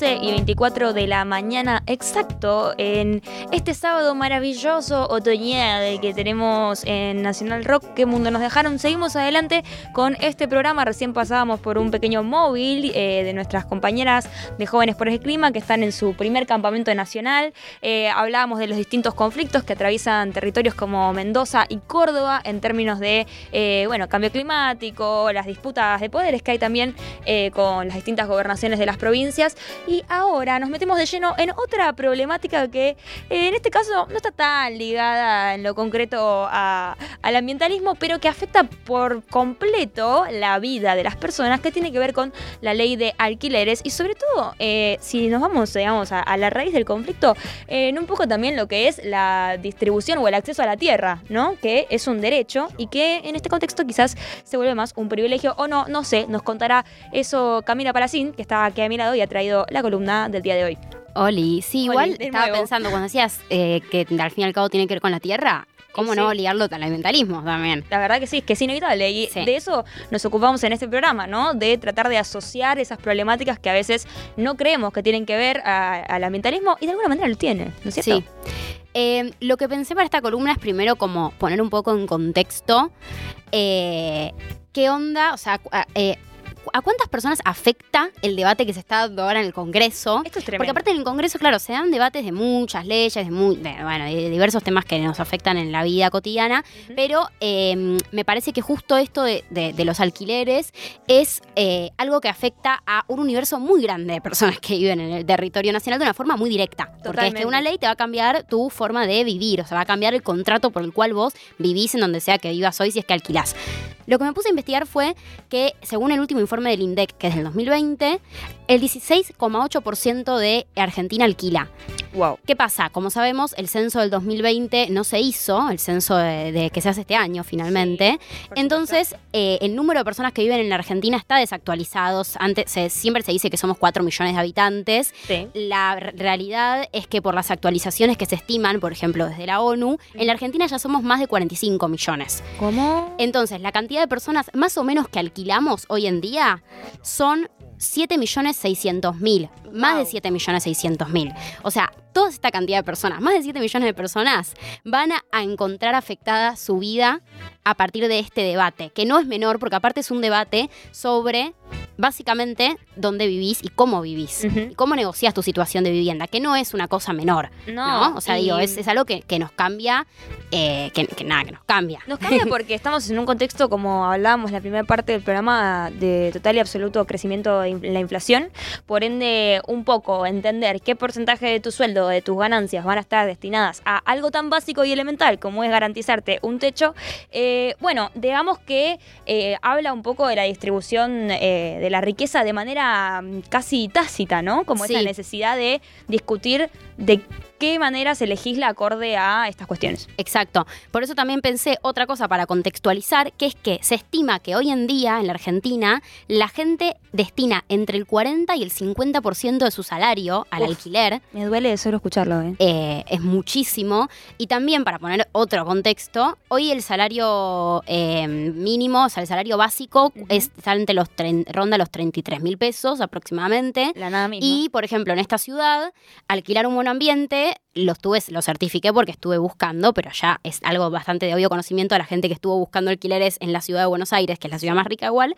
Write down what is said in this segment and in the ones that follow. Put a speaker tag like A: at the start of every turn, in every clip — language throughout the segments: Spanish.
A: 11:24 de la mañana exacto en este sábado maravilloso otoñal que tenemos en Nacional Rock. ¿Qué mundo nos dejaron? Seguimos adelante con este programa. Recién pasábamos por un pequeño móvil de nuestras compañeras de Jóvenes por el Clima que están en su primer campamento nacional. Hablábamos de los distintos conflictos que atraviesan territorios como Mendoza y Córdoba en términos de cambio climático, las disputas de poderes que hay también con las distintas gobernaciones de las provincias. Y ahora nos metemos de lleno en otra problemática que en este caso no está tan ligada en lo concreto al ambientalismo, pero que afecta por completo la vida de las personas, que tiene que ver con la ley de alquileres y sobre todo, si nos vamos, digamos, a la raíz del conflicto, en un poco también lo que es la distribución o el acceso a la tierra, ¿no? Que es un derecho y que en este contexto quizás se vuelve más un privilegio o no sé, nos contará eso Camila Palacín, que está aquí a mi lado y ha traído la columna del día de hoy.
B: Oli, sí, igual estaba
A: nuevo
B: pensando cuando decías que al fin y al cabo tiene que ver con la tierra. ¿Cómo no ligarlo al ambientalismo también?
A: La verdad que sí, es que es inevitable y de eso nos ocupamos en este programa, ¿no? De tratar de asociar esas problemáticas que a veces no creemos que tienen que ver al ambientalismo y de alguna manera lo tiene, ¿no es cierto?
B: Sí. Lo que pensé para esta columna es primero como poner un poco en contexto qué onda, o sea, ¿a cuántas personas afecta el debate que se está dando ahora en el Congreso?
A: Esto es tremendo.
B: Porque aparte en el Congreso, claro, se dan debates de muchas leyes, de diversos temas que nos afectan en la vida cotidiana, pero me parece que justo esto de los alquileres es algo que afecta a un universo muy grande de personas que viven en el territorio nacional de una forma muy directa.
A: Totalmente.
B: Porque es que una ley te va a cambiar tu forma de vivir, o sea, va a cambiar el contrato por el cual vos vivís en donde sea que vivas hoy si es que alquilás. Lo que me puse a investigar fue que, según el último informe del INDEC, que es del 2020, el 16,8% de Argentina alquila.
A: Wow.
B: ¿Qué pasa? Como sabemos, el censo del 2020 no se hizo, el censo de que se hace este año finalmente.
A: Sí,
B: entonces, el número de personas que viven en la Argentina está desactualizado. Siempre se dice que somos 4 millones de habitantes.
A: Sí.
B: La realidad es que por las actualizaciones que se estiman, por ejemplo, desde la ONU, en la Argentina ya somos más de 45 millones.
A: ¿Cómo?
B: Entonces, la cantidad de personas más o menos que alquilamos hoy en día son 7.600.000, más de 7.600.000. O sea, toda esta cantidad de personas, más de 7 millones de personas, van a encontrar afectada su vida a partir de este debate, que no es menor, porque aparte es un debate sobre, básicamente, dónde vivís y cómo vivís, y cómo negociás tu situación de vivienda, que no es una cosa menor, ¿no? O sea, digo, es algo que nos cambia, que nos cambia.
A: Nos cambia porque estamos en un contexto, como hablábamos en la primera parte del programa, de total y absoluto crecimiento de la inflación. Por ende, un poco entender qué porcentaje de tu sueldo, de tus ganancias, van a estar destinadas a algo tan básico y elemental como es garantizarte un techo. Digamos que habla un poco de la distribución de la riqueza de manera casi tácita, ¿no? Como esa necesidad de discutir de qué manera se legisla acorde a estas cuestiones.
B: Exacto. Por eso también pensé otra cosa para contextualizar, que es que se estima que hoy en día en la Argentina la gente destina entre el 40 y el 50% de su salario al alquiler.
A: Me duele solo escucharlo,
B: Es muchísimo. Y también, para poner otro contexto, hoy el salario mínimo, o sea, el salario básico está ronda los 33.000 pesos aproximadamente.
A: La nada misma.
B: Y, por ejemplo, en esta ciudad, alquilar un buen ambiente, lo certifiqué porque estuve buscando, pero ya es algo bastante de obvio conocimiento a la gente que estuvo buscando alquileres en la ciudad de Buenos Aires, que es la ciudad más rica igual.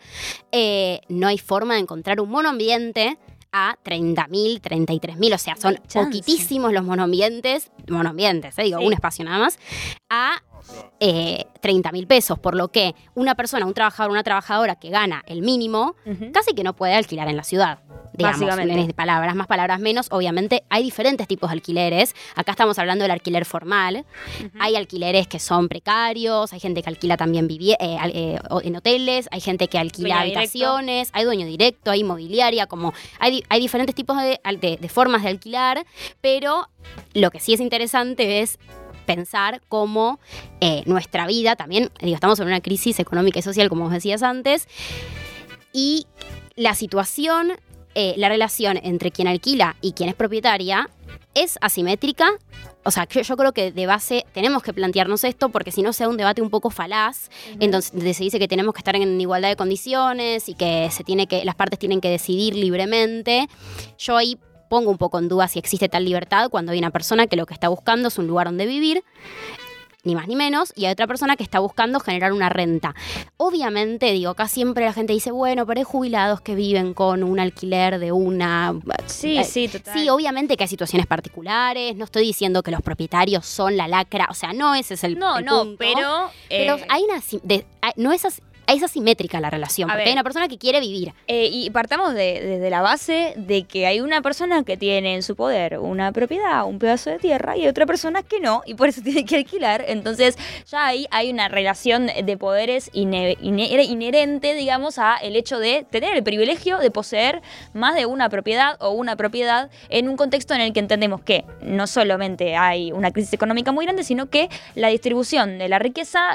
B: No hay forma de encontrar un monoambiente a 30.000, 33.000, o sea, son poquitísimos los monoambientes, un espacio nada más, a 30.000 pesos, por lo que un trabajador, una trabajadora que gana el mínimo, casi que no puede alquilar en la ciudad. Digamos, en palabras más, palabras menos. Obviamente hay diferentes tipos de alquileres. Acá estamos hablando del alquiler formal. Hay alquileres que son precarios, hay gente que alquila también en hoteles, hay gente que alquila habitaciones, hay dueño directo, hay inmobiliaria, como hay diferentes tipos de formas de alquilar, pero lo que sí es interesante es pensar cómo nuestra vida también, estamos en una crisis económica y social, como vos decías antes, y la situación, la relación entre quien alquila y quien es propietaria es asimétrica. O sea, yo creo que de base tenemos que plantearnos esto, porque si no sea un debate un poco falaz, donde se dice que tenemos que estar en igualdad de condiciones y que las partes tienen que decidir libremente. Yo ahí pongo un poco en duda si existe tal libertad cuando hay una persona que lo que está buscando es un lugar donde vivir, ni más ni menos, y hay otra persona que está buscando generar una renta. Obviamente, digo, acá siempre la gente dice, bueno, pero hay jubilados que viven con un alquiler de una...
A: Sí, total.
B: Sí, obviamente que hay situaciones particulares, no estoy diciendo que los propietarios son la lacra, o sea, no ese es el punto.
A: Pero
B: hay es asimétrica la relación, porque hay una persona que quiere vivir.
A: Y partamos desde la base de que hay una persona que tiene en su poder una propiedad, un pedazo de tierra, y hay otra persona que no, y por eso tiene que alquilar. Entonces ya ahí hay una relación de poderes inherente, digamos, a el hecho de tener el privilegio de poseer más de una propiedad o una propiedad en un contexto en el que entendemos que no solamente hay una crisis económica muy grande, sino que la distribución de la riqueza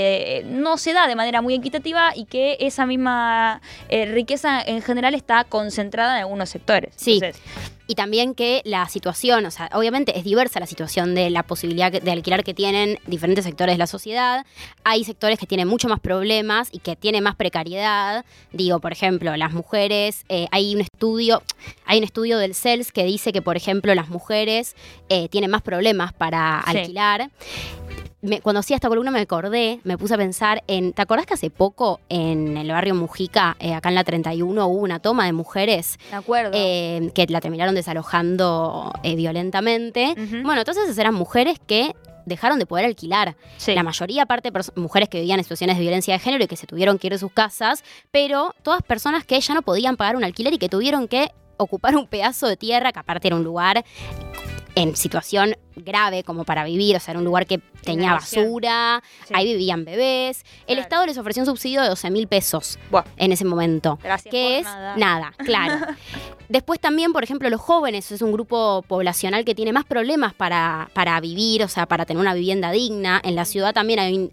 A: no se da de manera muy equitativa y que esa misma riqueza en general está concentrada en algunos sectores.
B: Sí.
A: Entonces,
B: y también que la situación, o sea, obviamente es diversa la situación de la posibilidad de alquilar que tienen diferentes sectores de la sociedad. Hay sectores que tienen mucho más problemas y que tienen más precariedad. Digo, por ejemplo, las mujeres, hay un estudio del CELS que dice que, por ejemplo, las mujeres tienen más problemas para alquilar. Cuando hacía esta columna me puse a pensar en... ¿Te acordás que hace poco en el barrio Mujica, acá en la 31, hubo una toma de mujeres?
A: De acuerdo.
B: Que la terminaron desalojando violentamente.
A: Uh-huh.
B: Bueno, entonces esas eran mujeres que dejaron de poder alquilar.
A: Sí.
B: La mayoría, aparte, mujeres que vivían en situaciones de violencia de género y que se tuvieron que ir de sus casas, pero todas personas que ya no podían pagar un alquiler y que tuvieron que ocupar un pedazo de tierra, que aparte era un lugar en situación grave como para vivir, o sea, era un lugar que tenía basura, ahí vivían bebés. El Estado les ofreció un subsidio de 12.000 pesos en ese momento.
A: Gracias
B: que
A: por
B: es nada, claro. Después también, por ejemplo, los jóvenes es un grupo poblacional que tiene más problemas para vivir, o sea, para tener una vivienda digna. En la ciudad también hay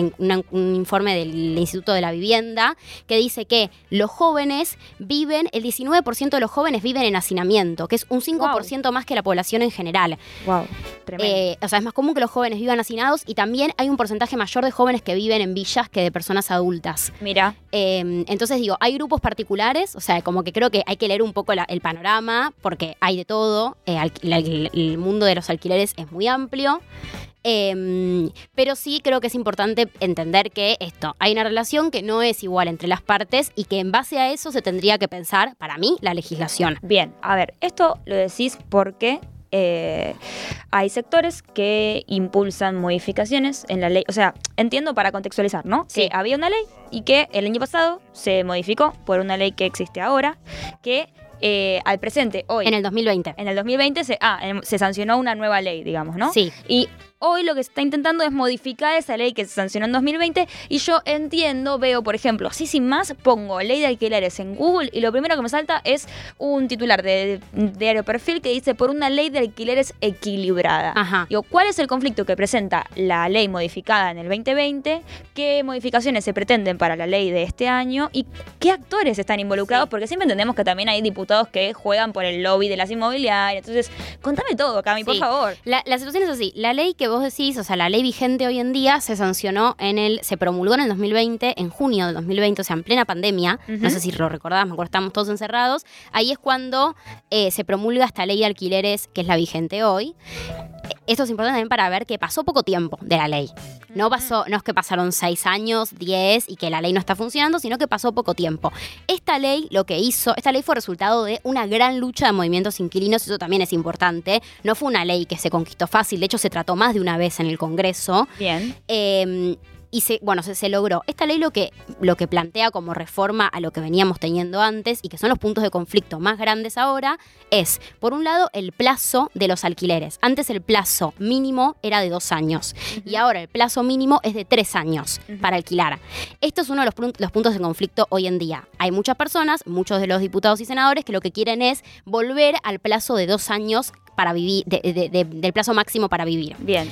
B: un informe del Instituto de la Vivienda que dice que los jóvenes viven, el 19% de los jóvenes viven en hacinamiento, que es un 5% más que la población en general.
A: Wow. Tremendo.
B: O sea, es más común que los jóvenes vivan hacinados y también hay un porcentaje mayor de jóvenes que viven en villas que de personas adultas.
A: Mira.
B: Entonces digo, hay grupos particulares, o sea, como que creo que hay que leer un poco el panorama porque hay de todo. El mundo de los alquileres es muy amplio. Pero sí creo que es importante entender que hay una relación que no es igual entre las partes y que en base a eso se tendría que pensar, para mí, la legislación.
A: Bien, a ver, esto lo decís porque hay sectores que impulsan modificaciones en la ley. O sea, entiendo para contextualizar, ¿no?
B: Sí.
A: Que había una ley y que el año pasado se modificó por una ley que existe ahora, que al presente, hoy...
B: En el 2020.
A: En el 2020 se sancionó una nueva ley, digamos, ¿no?
B: Sí.
A: Y hoy lo que se está intentando es modificar esa ley que se sancionó en 2020 y yo veo, por ejemplo, así sin más, pongo ley de alquileres en Google y lo primero que me salta es un titular de Diario Perfil que dice por una ley de alquileres equilibrada.
B: Ajá.
A: Digo, ¿cuál es el conflicto que presenta la ley modificada en el 2020? ¿Qué modificaciones se pretenden para la ley de este año? ¿Y qué actores están involucrados?
B: Sí.
A: Porque siempre entendemos que también hay diputados que juegan por el lobby de las inmobiliarias. Entonces, contame todo, Cami, por favor.
B: La situación es así. La ley que vos decís, o sea, la ley vigente hoy en día se promulgó en el 2020, en junio del 2020, o sea, en plena pandemia. Uh-huh. No sé si lo recordás, me acuerdo, estábamos todos encerrados. Ahí es cuando se promulga esta ley de alquileres, que es la vigente hoy. Esto es importante también para ver que pasó poco tiempo de la ley. No es que pasaron 6 años, 10 y que la ley no está funcionando, sino que pasó poco tiempo. Esta ley fue resultado de una gran lucha de movimientos inquilinos, eso también es importante. No fue una ley que se conquistó fácil, de hecho se trató más de una vez en el Congreso.
A: Bien.
B: Y se logró. Esta ley lo que plantea como reforma a lo que veníamos teniendo antes y que son los puntos de conflicto más grandes ahora es, por un lado, el plazo de los alquileres. Antes el plazo mínimo era de 2 años y ahora el plazo mínimo es de 3 años para alquilar. Esto es uno de los puntos de conflicto hoy en día. Hay muchas personas, muchos de los diputados y senadores que lo que quieren es volver al plazo de 2 años para vivir, del plazo máximo para vivir.
A: Bien.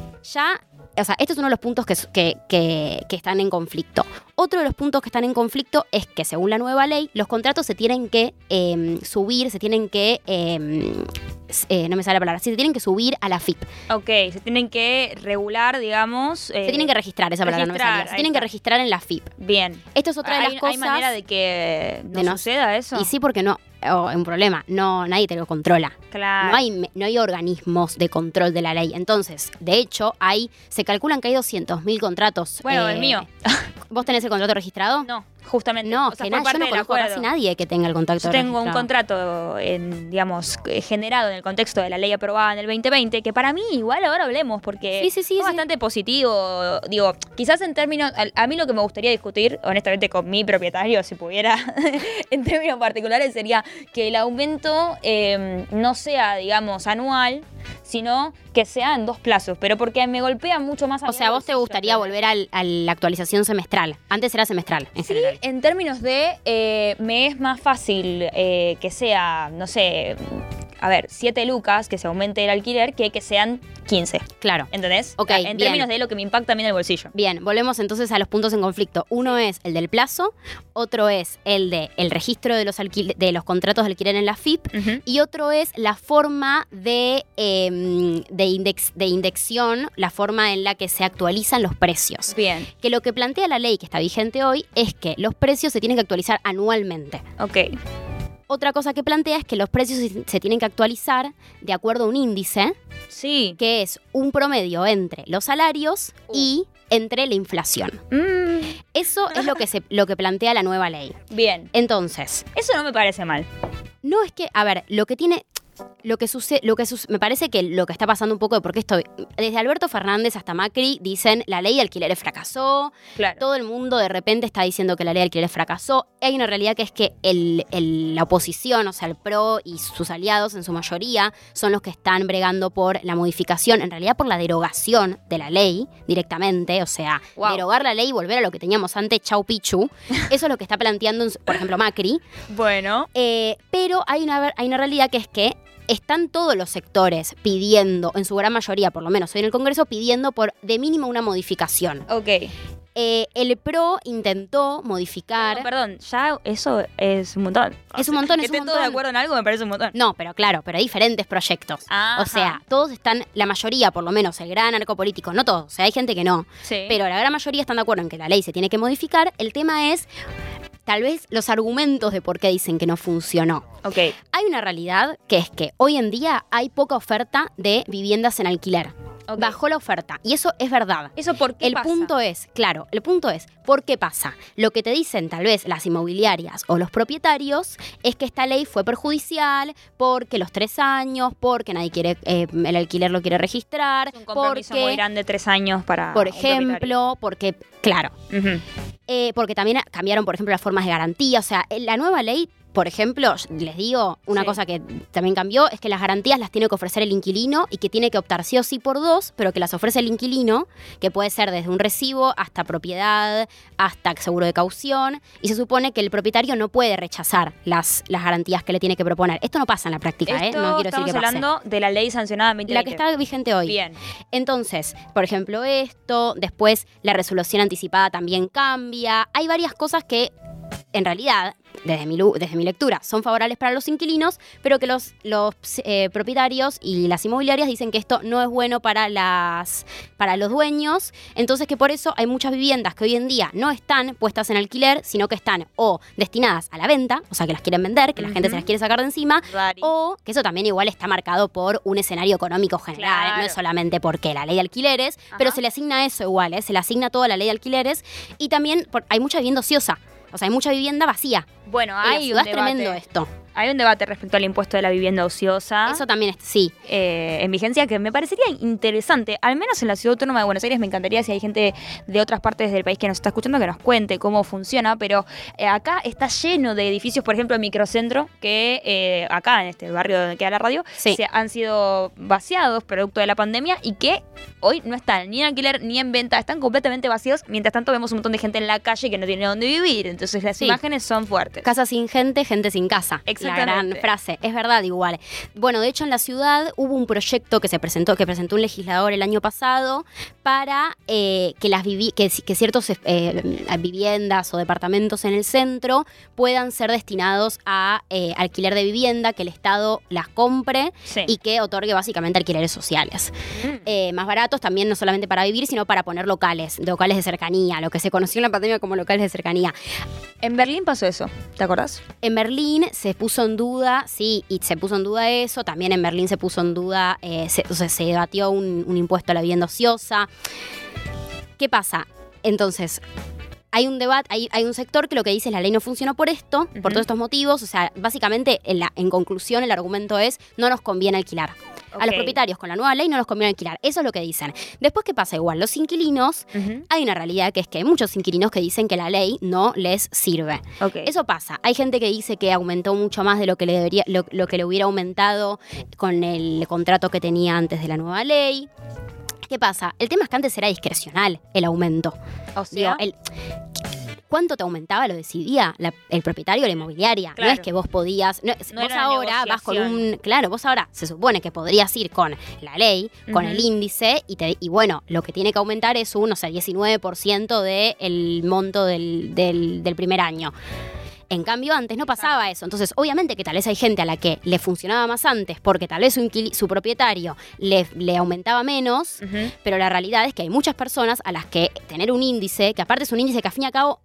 B: O sea, este es uno de los puntos que están en conflicto. Otro de los puntos que están en conflicto es que, según la nueva ley, los contratos se tienen que subir, se tienen que... no me sale la palabra. Se tienen que subir a la FIP.
A: Ok, se tienen que regular, digamos...
B: se tienen que registrar, esa palabra no me salía. Se tienen que registrar en la FIP.
A: Bien.
B: Esto es otra de las cosas...
A: ¿Hay manera de que no suceda eso?
B: Y sí, porque no... un problema. No, nadie te lo controla.
A: Claro.
B: No hay organismos de control de la ley. Entonces, de hecho, se calculan que hay 200.000 contratos.
A: Bueno, el mío.
B: ¿Vos tenés el contrato registrado?
A: No, justamente.
B: No,
A: o sea,
B: que
A: fue
B: yo
A: parte
B: no
A: del
B: conozco
A: acuerdo.
B: casi nadie que tenga el contrato
A: Yo
B: registrado.
A: tengo un contrato, generado en el contexto de la ley aprobada en el 2020, que para mí igual ahora hablemos, porque
B: Sí.
A: fue bastante positivo. Digo, quizás en términos, a mí lo que me gustaría discutir, honestamente, con mi propietario, si pudiera, en términos particulares, sería que el aumento no sea, digamos, anual, sino que sea en 2 plazos, pero porque me golpea mucho más a
B: O
A: mí
B: sea,
A: el
B: vos te
A: bolsillo,
B: gustaría
A: ¿entendés?
B: volver a la actualización semestral. Antes era semestral, en
A: Sí,
B: general.
A: en términos de, me es más fácil que sea, no sé, 7 lucas, que se aumente el alquiler, que sean 15.
B: Claro.
A: ¿Entendés?
B: Ok,
A: En
B: bien.
A: términos de lo que me impacta a mí en el bolsillo.
B: Bien, volvemos entonces a los puntos en conflicto. Uno es el del plazo, otro es el de el registro de los contratos de alquiler en la FIP,
A: Ujú.
B: y otro es la forma de indexación, la forma en la que se actualizan los precios.
A: Bien,
B: Que lo que plantea la ley que está vigente hoy es que los precios se tienen que actualizar anualmente.
A: ok.
B: Otra cosa que plantea es que los precios se tienen que actualizar de acuerdo a un índice,
A: Sí.
B: que es un promedio entre los salarios y entre la inflación. Eso es lo que plantea la nueva ley.
A: Bien.
B: Entonces,
A: Eso no me parece mal.
B: no es que, a ver, me parece que lo que está pasando un poco de por qué desde Alberto Fernández hasta Macri dicen la ley de alquileres fracasó,
A: Claro.
B: todo el mundo de repente está diciendo que la ley de alquileres fracasó. Hay una realidad que es que la oposición, o sea, el PRO y sus aliados en su mayoría son los que están bregando por la modificación, en realidad por la derogación de la ley directamente, o sea,
A: Wow.
B: derogar la ley y volver a lo que teníamos antes, chau pichu. Eso es lo que está planteando, por ejemplo, Macri.
A: Bueno.
B: Pero hay una realidad que es que están todos los sectores pidiendo, en su gran mayoría, por lo menos hoy en el Congreso, pidiendo por de mínimo una modificación.
A: Ok.
B: El PRO intentó modificar...
A: No, perdón, ya eso es un montón.
B: Es un montón,
A: que
B: es un
A: estén todos
B: montón.
A: de acuerdo en algo me parece un montón.
B: No, pero claro, pero hay diferentes proyectos.
A: Ajá.
B: O sea, todos están, la mayoría, por lo menos el gran arco político, no todos, o sea, hay gente que no,
A: Sí.
B: pero la gran mayoría están de acuerdo en que la ley se tiene que modificar. El tema es, tal vez, los argumentos de por qué dicen que no funcionó.
A: Ok.
B: Hay una realidad que es que hoy en día hay poca oferta de viviendas en alquiler.
A: Ok.
B: Bajó la oferta. Y eso es verdad.
A: ¿Eso por qué
B: El
A: pasa?
B: punto es, claro, el punto es, ¿por qué pasa? Lo que te dicen tal vez las inmobiliarias o los propietarios es que esta ley fue perjudicial porque los 3 años, porque nadie quiere, el alquiler lo quiere registrar,
A: Es un compromiso
B: porque,
A: muy grande, 3 años para
B: por
A: un propietario.
B: ejemplo, porque, claro,
A: Ujú.
B: porque también cambiaron, por ejemplo, las formas de garantía. O sea, la nueva ley, por ejemplo, les digo, una
A: Sí.
B: cosa que también cambió es que las garantías las tiene que ofrecer el inquilino y que tiene que optar sí o sí por 2, pero que las ofrece el inquilino, que puede ser desde un recibo hasta propiedad, hasta seguro de caución, y se supone que el propietario no puede rechazar las garantías que le tiene que proponer. Esto no pasa en la práctica,
A: Esto
B: no quiero decir
A: estamos
B: que pase.
A: hablando de la ley sancionada en 2020.
B: La que está vigente hoy.
A: Bien.
B: Entonces, por ejemplo, esto, después la resolución anticipada también cambia. Hay varias cosas que, en realidad, desde mi lectura, son favorables para los inquilinos, pero que los propietarios y las inmobiliarias dicen que esto no es bueno para los dueños. Entonces, que por eso hay muchas viviendas que hoy en día no están puestas en alquiler, sino que están o destinadas a la venta, o sea, que las quieren vender, que la gente se las quiere sacar de encima,
A: Rari.
B: o que eso también igual está marcado por un escenario económico general,
A: Claro.
B: no es solamente porque la ley de alquileres,
A: Ajá.
B: pero se le asigna eso igual, se le asigna toda la ley de alquileres, y también hay mucha vivienda ociosa, o sea, hay mucha vivienda vacía.
A: Bueno,
B: En la
A: hay un
B: ciudad es
A: debate.
B: tremendo esto.
A: Hay un debate respecto al impuesto de la vivienda ociosa.
B: Eso también sí.
A: En vigencia que me parecería interesante, al menos en la Ciudad Autónoma de Buenos Aires. Me encantaría, si hay gente de otras partes del país que nos está escuchando, que nos cuente cómo funciona, pero acá está lleno de edificios, por ejemplo, en Microcentro, que acá en este barrio donde queda la radio,
B: Sí.
A: se han sido vaciados producto de la pandemia y que hoy no están ni en alquiler ni en venta, están completamente vacíos. Mientras tanto vemos un montón de gente en la calle que no tiene dónde vivir, entonces las
B: Sí.
A: imágenes son fuertes.
B: Casa sin gente, gente sin casa. La gran
A: Exactamente.
B: frase. Es verdad igual. Bueno, de hecho en la ciudad hubo un proyecto que presentó un legislador el año pasado para que ciertos viviendas o departamentos en el centro puedan ser destinados a alquiler de vivienda, que el Estado las compre
A: Sí.
B: y que otorgue básicamente alquileres sociales.
A: Mm.
B: Más baratos también, no solamente para vivir, sino para poner locales de cercanía, lo que se conoció en la pandemia como locales de cercanía.
A: En Berlín pasó eso, ¿te acordás?
B: En Berlín se puso puso en duda, sí, y se puso en duda eso. También en Berlín se puso en duda, se debatió un impuesto a la vivienda ociosa. ¿Qué pasa? Entonces, hay un debate, hay un sector que lo que dice es la ley no funcionó por esto, por todos estos motivos. O sea, básicamente, en conclusión, el argumento es no nos conviene alquilar. A los propietarios con la nueva ley no nos conviene alquilar. Eso es lo que dicen. Después, ¿qué pasa? Igual, los inquilinos, hay una realidad que es que hay muchos inquilinos que dicen que la ley no les sirve. Eso pasa. Hay gente que dice que aumentó mucho más de lo que le debería, lo que le hubiera aumentado con el contrato que tenía antes de la nueva ley. ¿Qué pasa? El tema es que antes era discrecional el aumento.
A: O sea,
B: ¿cuánto te aumentaba? Lo decidía el propietario de la inmobiliaria. Claro. No es que vos podías... vos ahora vas con un... Claro, vos ahora se supone que podrías ir con la ley, con el índice, y bueno, lo que tiene que aumentar es un, 19% del monto del primer año. En cambio, antes no pasaba eso. Entonces, obviamente que tal vez hay gente a la que le funcionaba más antes porque tal vez su propietario le aumentaba menos, pero la realidad es que hay muchas personas a las que tener un índice, que aparte es un índice que al fin y al cabo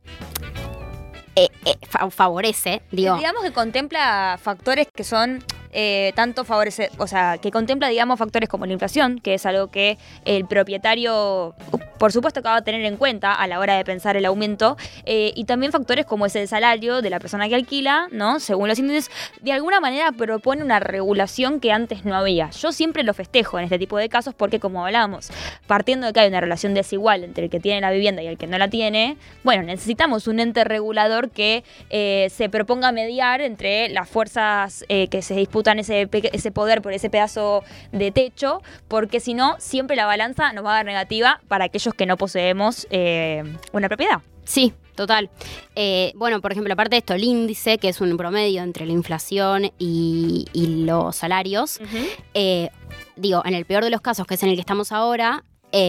B: favorece, digo...
A: Digamos que contempla factores que son... tanto favorece, o sea, que contempla, digamos, factores como la inflación, que es algo que el propietario, por supuesto, que va a tener en cuenta a la hora de pensar el aumento, y también factores como es el salario de la persona que alquila, ¿no? Según los índices, de alguna manera propone una regulación que antes no había. Yo siempre lo festejo en este tipo de casos porque, como hablamos, partiendo de que hay una relación desigual entre el que tiene la vivienda y el que no la tiene, bueno, necesitamos un ente regulador que se proponga mediar entre las fuerzas que se disputan ese poder por ese pedazo de techo, porque si no, siempre la balanza nos va a dar negativa para aquellos que no poseemos una propiedad.
B: Sí, total. Bueno, por ejemplo, aparte de esto, el índice, que es un promedio entre la inflación y los salarios, digo, en el peor de los casos, que es en el que estamos ahora,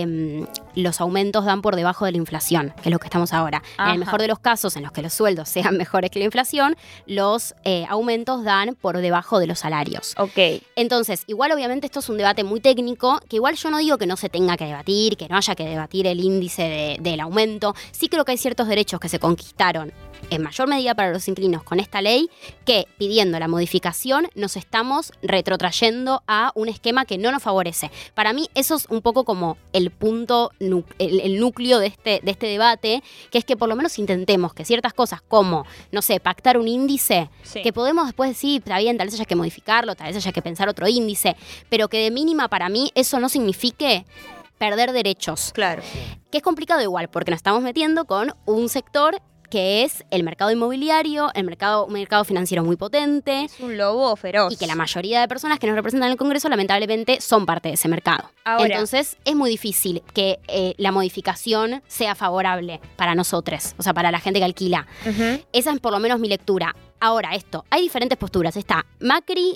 B: los aumentos dan por debajo de la inflación, que es lo que estamos ahora. En el mejor de los casos, en los que los sueldos sean mejores que la inflación, los aumentos dan por debajo de los salarios. Entonces, igual obviamente esto es un debate muy técnico, que igual yo no digo que no se tenga que debatir, que no haya que debatir el índice del aumento. Sí creo que hay ciertos derechos que se conquistaron en mayor medida para los inquilinos con esta ley, que pidiendo la modificación nos estamos retrotrayendo a un esquema que no nos favorece. Para mí eso es un poco como el punto, el núcleo de este debate, que es que por lo menos intentemos que ciertas cosas como, no sé, pactar un índice, que podemos después decir, está bien, tal vez haya que modificarlo, tal vez haya que pensar otro índice, pero que de mínima para mí eso no signifique perder derechos.
A: Claro.
B: Que es complicado igual, porque nos estamos metiendo con un sector que es el mercado inmobiliario, un mercado financiero muy potente.
A: Es un lobo feroz.
B: Y que la mayoría de personas que nos representan en el Congreso, lamentablemente, son parte de ese mercado.
A: Ahora,
B: entonces, es muy difícil que la modificación sea favorable para nosotros, o sea, para la gente que alquila. Esa es por lo menos mi lectura. Ahora, hay diferentes posturas. Está Macri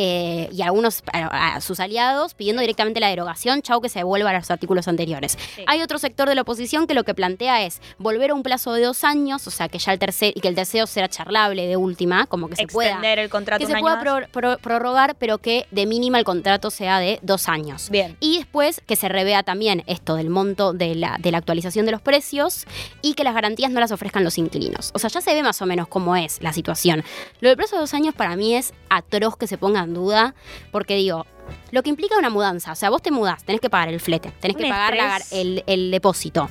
B: y algunos sus aliados pidiendo directamente la derogación, que se devuelva a los artículos anteriores. Sí. Hay otro sector de la oposición que lo que plantea es volver a un plazo de 2 años, o sea, que ya el tercero será charlable de última, como que se pueda
A: extender el contrato
B: que se pueda prorrogar, pero que de mínima el contrato sea de 2 años.
A: Bien.
B: Y después que se revea también esto del monto de la actualización de los precios y que las garantías no las ofrezcan los inquilinos. O sea, ya se ve más o menos cómo es la situación. Lo del plazo de 2 años para mí es atroz que se ponga en duda, porque digo, lo que implica una mudanza, o sea, vos te mudás, tenés que pagar el flete, tenés que pagar el depósito.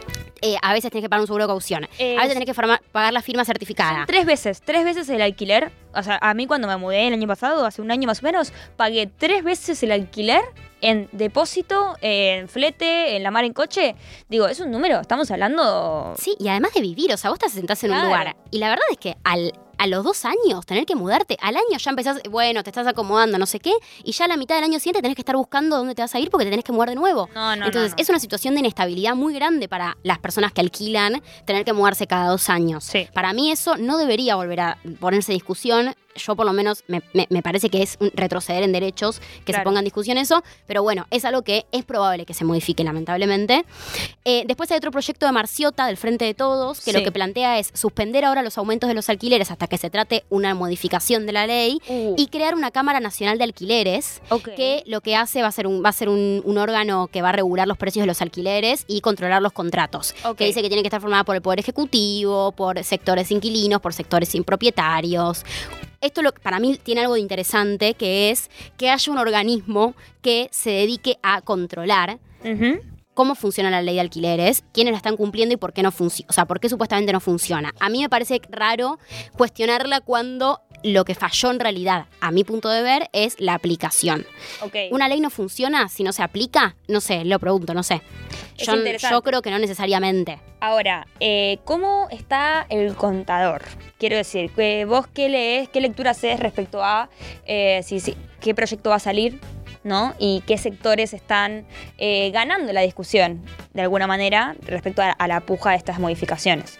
B: A veces tenés que pagar un seguro de caución. A veces tenés que pagar la firma certificada.
A: Son 3 veces el alquiler. O sea, a mí cuando me mudé el año pasado, hace un año más o menos, pagué 3 veces el alquiler en depósito, en flete, en la mar en coche. Digo, es un número, estamos hablando...
B: Sí, y además de vivir, o sea, vos te sentás en un lugar. Y la verdad es que a los 2 años tener que mudarte, al año ya empezás, bueno, te estás acomodando, no sé qué, y ya a la mitad del año siguiente tenés que estar buscando dónde te vas a ir porque te tenés que mudar de nuevo. Entonces, es una situación de inestabilidad muy grande para las personas que alquilan tener que mudarse cada 2 años.
A: Sí.
B: Para mí eso no debería volver a ponerse en discusión. Yo por lo menos me parece que es un retroceder en derechos que se ponga en discusión eso, pero bueno, es algo que es probable que se modifique lamentablemente. Después hay otro proyecto de Marciota, del Frente de Todos, que lo que plantea es suspender ahora los aumentos de los alquileres hasta que se trate una modificación de la ley y crear una Cámara Nacional de Alquileres, que lo que hace va a ser un órgano que va a regular los precios de los alquileres y controlar los contratos, que dice que tiene que estar formada por el Poder Ejecutivo, por sectores inquilinos, por sectores impropietarios. esto para mí tiene algo de interesante, que es que haya un organismo que se dedique a controlar cómo funciona la ley de alquileres, quiénes la están cumpliendo y por qué no funciona, o sea, por qué supuestamente no funciona. A mí me parece raro cuestionarla cuando lo que falló en realidad, a mi punto de ver, es la aplicación.
A: Okay.
B: ¿Una ley no funciona si no se aplica? No sé, lo pregunto, no sé. Yo creo que no necesariamente.
A: Ahora, ¿cómo está el contador? Quiero decir, vos qué lees, qué lectura haces respecto a qué proyecto va a salir, ¿no? Y qué sectores están ganando la discusión, de alguna manera, respecto a la puja de estas modificaciones.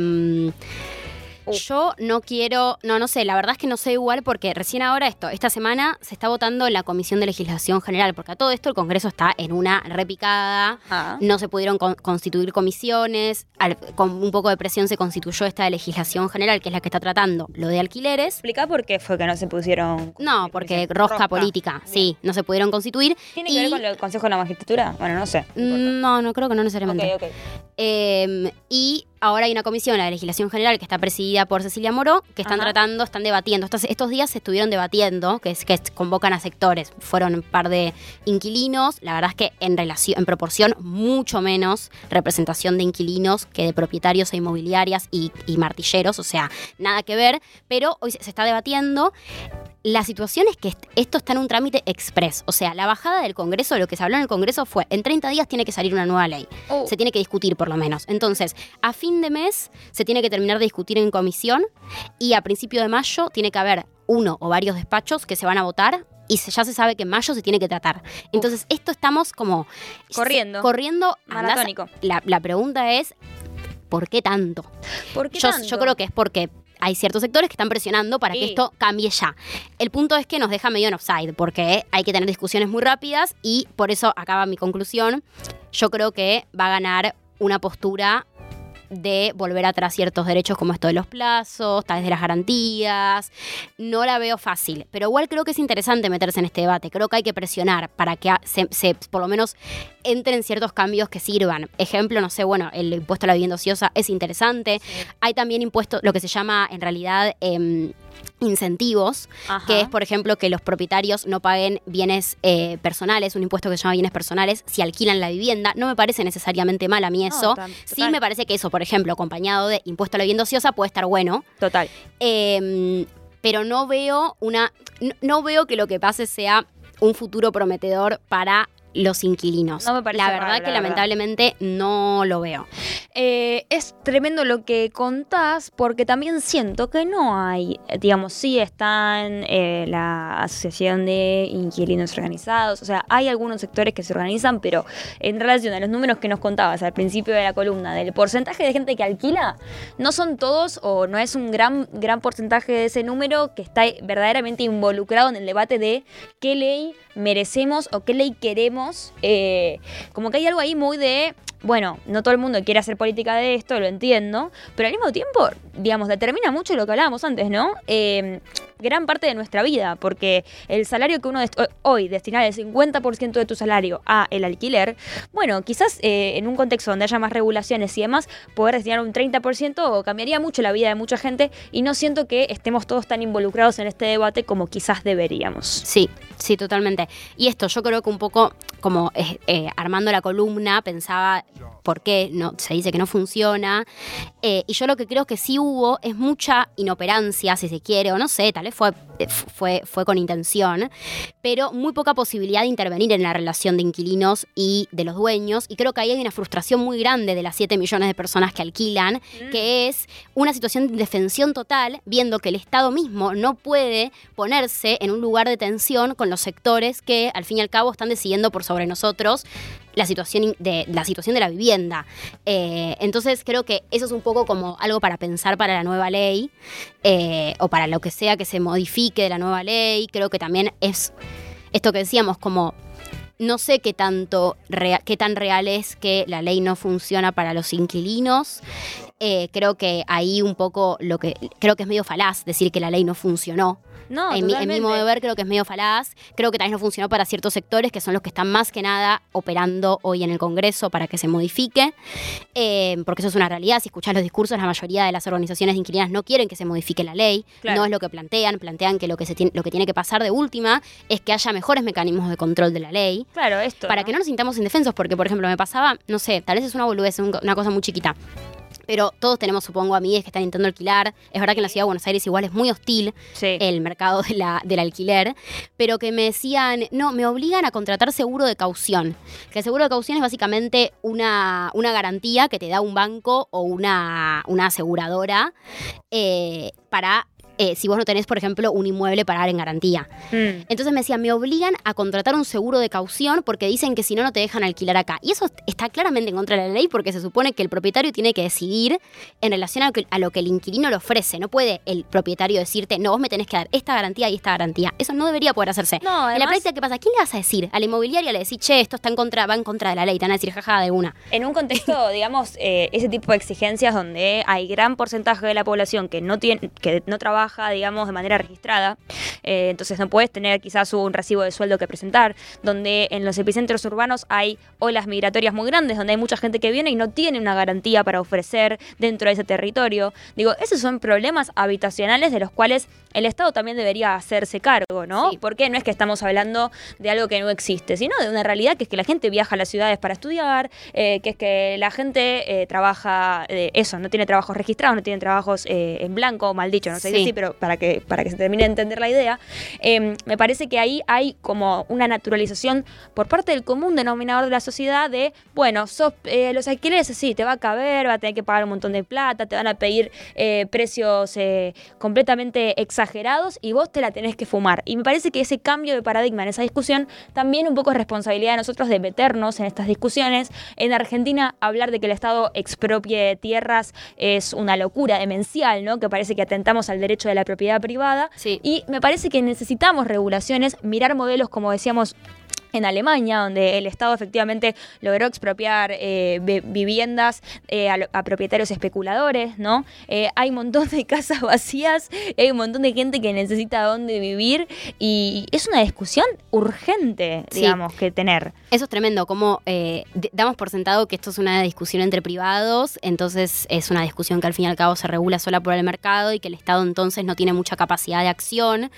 B: Yo no quiero, no sé, la verdad es que no sé igual porque recién ahora esta semana se está votando en la Comisión de Legislación General, porque a todo esto el Congreso está en una repicada, no se pudieron constituir comisiones, con un poco de presión se constituyó esta de Legislación General, que es la que está tratando lo de alquileres.
A: ¿Explica por qué fue que no se pusieron?
B: No, porque rosca política, sí, no se pudieron constituir.
A: ¿Tiene que ver con el Consejo de la Magistratura? Bueno, no sé.
B: No creo que no necesariamente.
A: Ok.
B: Y ahora hay una comisión, la de Legislación General, que está presidida por Cecilia Moró, que están están debatiendo. Estos días se estuvieron debatiendo, que convocan a sectores. Fueron un par de inquilinos. La verdad es que en proporción, mucho menos representación de inquilinos que de propietarios e inmobiliarias y martilleros. O sea, nada que ver. Pero hoy se está debatiendo. La situación es que esto está en un trámite express. O sea, la bajada del Congreso, lo que se habló en el Congreso fue, en 30 días tiene que salir una nueva ley. Se tiene que discutir por lo menos. Entonces, a fin de mes se tiene que terminar de discutir en comisión y a principio de mayo tiene que haber uno o varios despachos que se van a votar y ya se sabe que en mayo se tiene que tratar. Entonces, esto estamos como... Corriendo.
A: Maratónico.
B: La pregunta es, ¿por qué tanto?
A: ¿Por qué tanto?
B: Yo creo que es porque hay ciertos sectores que están presionando para que esto cambie ya. El punto es que nos deja medio en offside, porque hay que tener discusiones muy rápidas y por eso acaba mi conclusión. Yo creo que va a ganar una postura de volver atrás ciertos derechos como esto de los plazos, tal vez de las garantías. No la veo fácil, pero igual creo que es interesante meterse en este debate. Creo que hay que presionar para que se por lo menos entren ciertos cambios que sirvan. Ejemplo, no sé, bueno, el impuesto a la vivienda ociosa es interesante. Sí. Hay también impuestos, lo que se llama en realidad... incentivos, que es, por ejemplo, que los propietarios no paguen bienes personales, un impuesto que se llama bienes personales, si alquilan la vivienda. No me parece necesariamente mal a mí eso. No, sí me parece que eso, por ejemplo, acompañado de impuesto a la vivienda ociosa, puede estar bueno.
A: Total.
B: Pero no veo que lo que pase sea un futuro prometedor para los inquilinos.
A: No me parece
B: la verdad que lamentablemente no lo veo.
A: Es tremendo lo que contás, porque también siento que no hay, digamos, sí están la Asociación de Inquilinos Organizados, o sea, hay algunos sectores que se organizan, pero en relación a los números que nos contabas al principio de la columna, del porcentaje de gente que alquila, no son todos o no es un gran porcentaje de ese número que está verdaderamente involucrado en el debate de qué ley merecemos o qué ley queremos. Como que hay algo ahí muy de... Bueno, no todo el mundo quiere hacer política de esto, lo entiendo, pero al mismo tiempo, digamos, determina mucho lo que hablábamos antes, ¿no? Gran parte de nuestra vida, porque el salario que uno hoy destinar el 50% de tu salario a el alquiler, bueno, quizás en un contexto donde haya más regulaciones y demás, poder destinar un 30% cambiaría mucho la vida de mucha gente y no siento que estemos todos tan involucrados en este debate como quizás deberíamos.
B: Sí, totalmente. Y esto yo creo que un poco como armando la columna pensaba por qué no, se dice que no funciona y yo lo que creo que sí hubo es mucha inoperancia, si se quiere, o no sé, tal vez fue con intención, pero muy poca posibilidad de intervenir en la relación de inquilinos y de los dueños, y creo que ahí hay una frustración muy grande de las 7 millones de personas que alquilan, que es una situación de indefensión total, viendo que el Estado mismo no puede ponerse en un lugar de tensión con los sectores que al fin y al cabo están decidiendo por sobre nosotros la situación de la vivienda. Entonces creo que eso es un poco como algo para pensar para la nueva ley o para lo que sea que se modifique de la nueva ley. Creo que también es esto que decíamos como No sé qué tan real es que la ley no funciona para los inquilinos. Creo que ahí un poco creo que es medio falaz decir que la ley no funcionó.
A: No,
B: en mi modo de ver creo que es medio falaz. Creo que también no funcionó para ciertos sectores que son los que están más que nada operando hoy en el Congreso para que se modifique, porque eso es una realidad. Si escuchás los discursos, la mayoría de las organizaciones de inquilinas no quieren que se modifique la ley. Claro. No es lo que plantean que lo que tiene que pasar de última es que haya mejores mecanismos de control de la ley.
A: Claro, esto.
B: Para que no nos sintamos indefensos, porque por ejemplo me pasaba, no sé, tal vez es una boludez, una cosa muy chiquita. Pero todos tenemos, supongo, amigas que están intentando alquilar. Es verdad que en la ciudad de Buenos Aires igual es muy hostil el mercado del alquiler, pero que me decían, no, me obligan a contratar seguro de caución. Que el seguro de caución es básicamente una garantía que te da un banco o una aseguradora para... si vos no tenés, por ejemplo, un inmueble para dar en garantía. Entonces me decían, me obligan a contratar un seguro de caución porque dicen que si no, no te dejan alquilar acá. Y eso está claramente en contra de la ley porque se supone que el propietario tiene que decidir en relación a lo que el inquilino le ofrece. No puede el propietario decirte, no, vos me tenés que dar esta garantía y esta garantía. Eso no debería poder hacerse.
A: No, además,
B: en la práctica, ¿qué pasa? ¿A quién le vas a decir? A la inmobiliaria le decís, che, esto va en contra de la ley. Te van a decir, jaja, de una.
A: En un contexto, digamos, ese tipo de exigencias donde hay gran porcentaje de la población que no trabaja, digamos, de manera registrada, entonces no puedes tener quizás un recibo de sueldo que presentar, donde en los epicentros urbanos hay olas migratorias muy grandes, donde hay mucha gente que viene y no tiene una garantía para ofrecer dentro de ese territorio. Digo, esos son problemas habitacionales de los cuales el Estado también debería hacerse cargo, ¿no?
B: Sí.
A: Porque no es que estamos hablando de algo que no existe, sino de una realidad que es que la gente viaja a las ciudades para estudiar, que es que la gente trabaja, no tiene trabajos registrados, no tiene trabajos en blanco, mal dicho, no sé decir, pero para que se termine de entender la idea, me parece que ahí hay como una naturalización por parte del común denominador de la sociedad de, bueno, los alquileres sí, te va a caber, va a tener que pagar un montón de plata, te van a pedir precios completamente exagerados y vos te la tenés que fumar. Y me parece que ese cambio de paradigma en esa discusión también un poco es responsabilidad de nosotros de meternos en estas discusiones. En Argentina, hablar de que el Estado expropie tierras es una locura demencial, ¿no? Que parece que atentamos al derecho de la propiedad privada.
B: Sí.
A: Y me parece que necesitamos regulaciones, mirar modelos, como decíamos, en Alemania, donde el Estado efectivamente logró expropiar viviendas a propietarios especuladores, ¿no? Hay un montón de casas vacías, hay un montón de gente que necesita dónde vivir y es una discusión urgente, digamos, que tener.
B: Eso es tremendo, como damos por sentado que esto es una discusión entre privados, entonces es una discusión que al fin y al cabo se regula sola por el mercado y que el Estado entonces no tiene mucha capacidad de acción.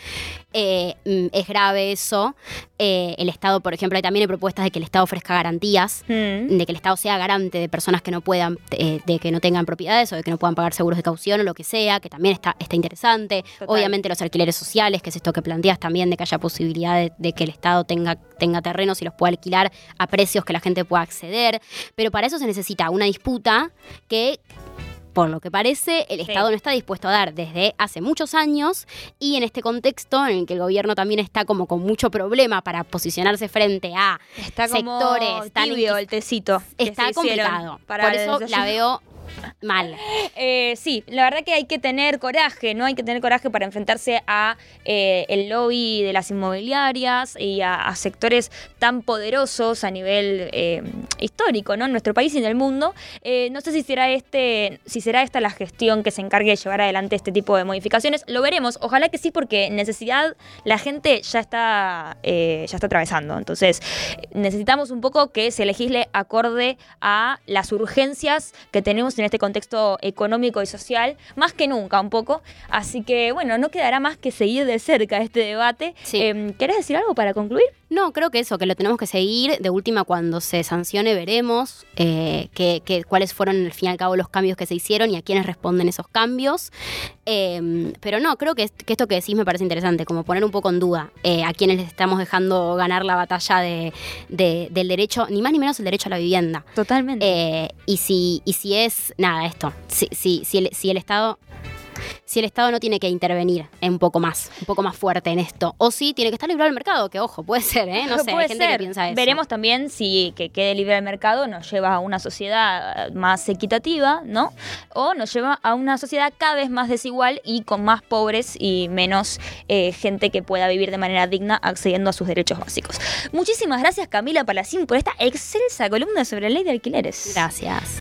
B: Es grave eso. El Estado, por ejemplo, también hay propuestas de que el Estado ofrezca garantías, de que el Estado sea garante de personas que no puedan, de que no tengan propiedades o de que no puedan pagar seguros de caución o lo que sea, que también está interesante.
A: Total.
B: Obviamente los alquileres sociales, que es esto que planteas también, de que haya posibilidad de que el Estado tenga terrenos y los pueda alquilar a precios que la gente pueda acceder. Pero para eso se necesita una disputa que, por lo que parece, el Estado no está dispuesto a dar desde hace muchos años, y en este contexto en el que el gobierno también está como con mucho problema para posicionarse frente a sectores
A: como tibio el tecito.
B: Está complicado. Por eso la veo mal.
A: Sí, la verdad que hay que tener coraje, ¿no? Hay que tener coraje para enfrentarse a el lobby de las inmobiliarias y a sectores tan poderosos a nivel histórico, ¿no? En nuestro país y en el mundo. No sé si será esta la gestión que se encargue de llevar adelante este tipo de modificaciones. Lo veremos. Ojalá que sí, porque necesidad la gente ya está atravesando. Entonces, necesitamos un poco que se legisle acorde a las urgencias que tenemos en este contexto económico y social, más que nunca un poco. Así que, bueno, no quedará más que seguir de cerca este debate.
B: Sí.
A: ¿Querés decir algo para concluir?
B: No, creo que eso, que lo tenemos que seguir. De última, cuando se sancione, veremos cuáles fueron, al fin y al cabo, los cambios que se hicieron y a quiénes responden esos cambios. Pero no, creo que esto que decís me parece interesante, como poner un poco en duda a quienes les estamos dejando ganar la batalla del derecho, ni más ni menos el derecho a la vivienda.
A: Totalmente.
B: Y si es, nada, esto, si el Estado... si el Estado no tiene que intervenir un poco más fuerte en esto. O si tiene que estar libre al mercado, que ojo, puede ser, no sé, hay gente que piensa eso.
A: Veremos también si que quede libre al mercado nos lleva a una sociedad más equitativa, ¿no? O nos lleva a una sociedad cada vez más desigual y con más pobres y menos gente que pueda vivir de manera digna accediendo a sus derechos básicos. Muchísimas gracias, Camila Palacín, por esta excelsa columna sobre la ley de alquileres.
B: Gracias.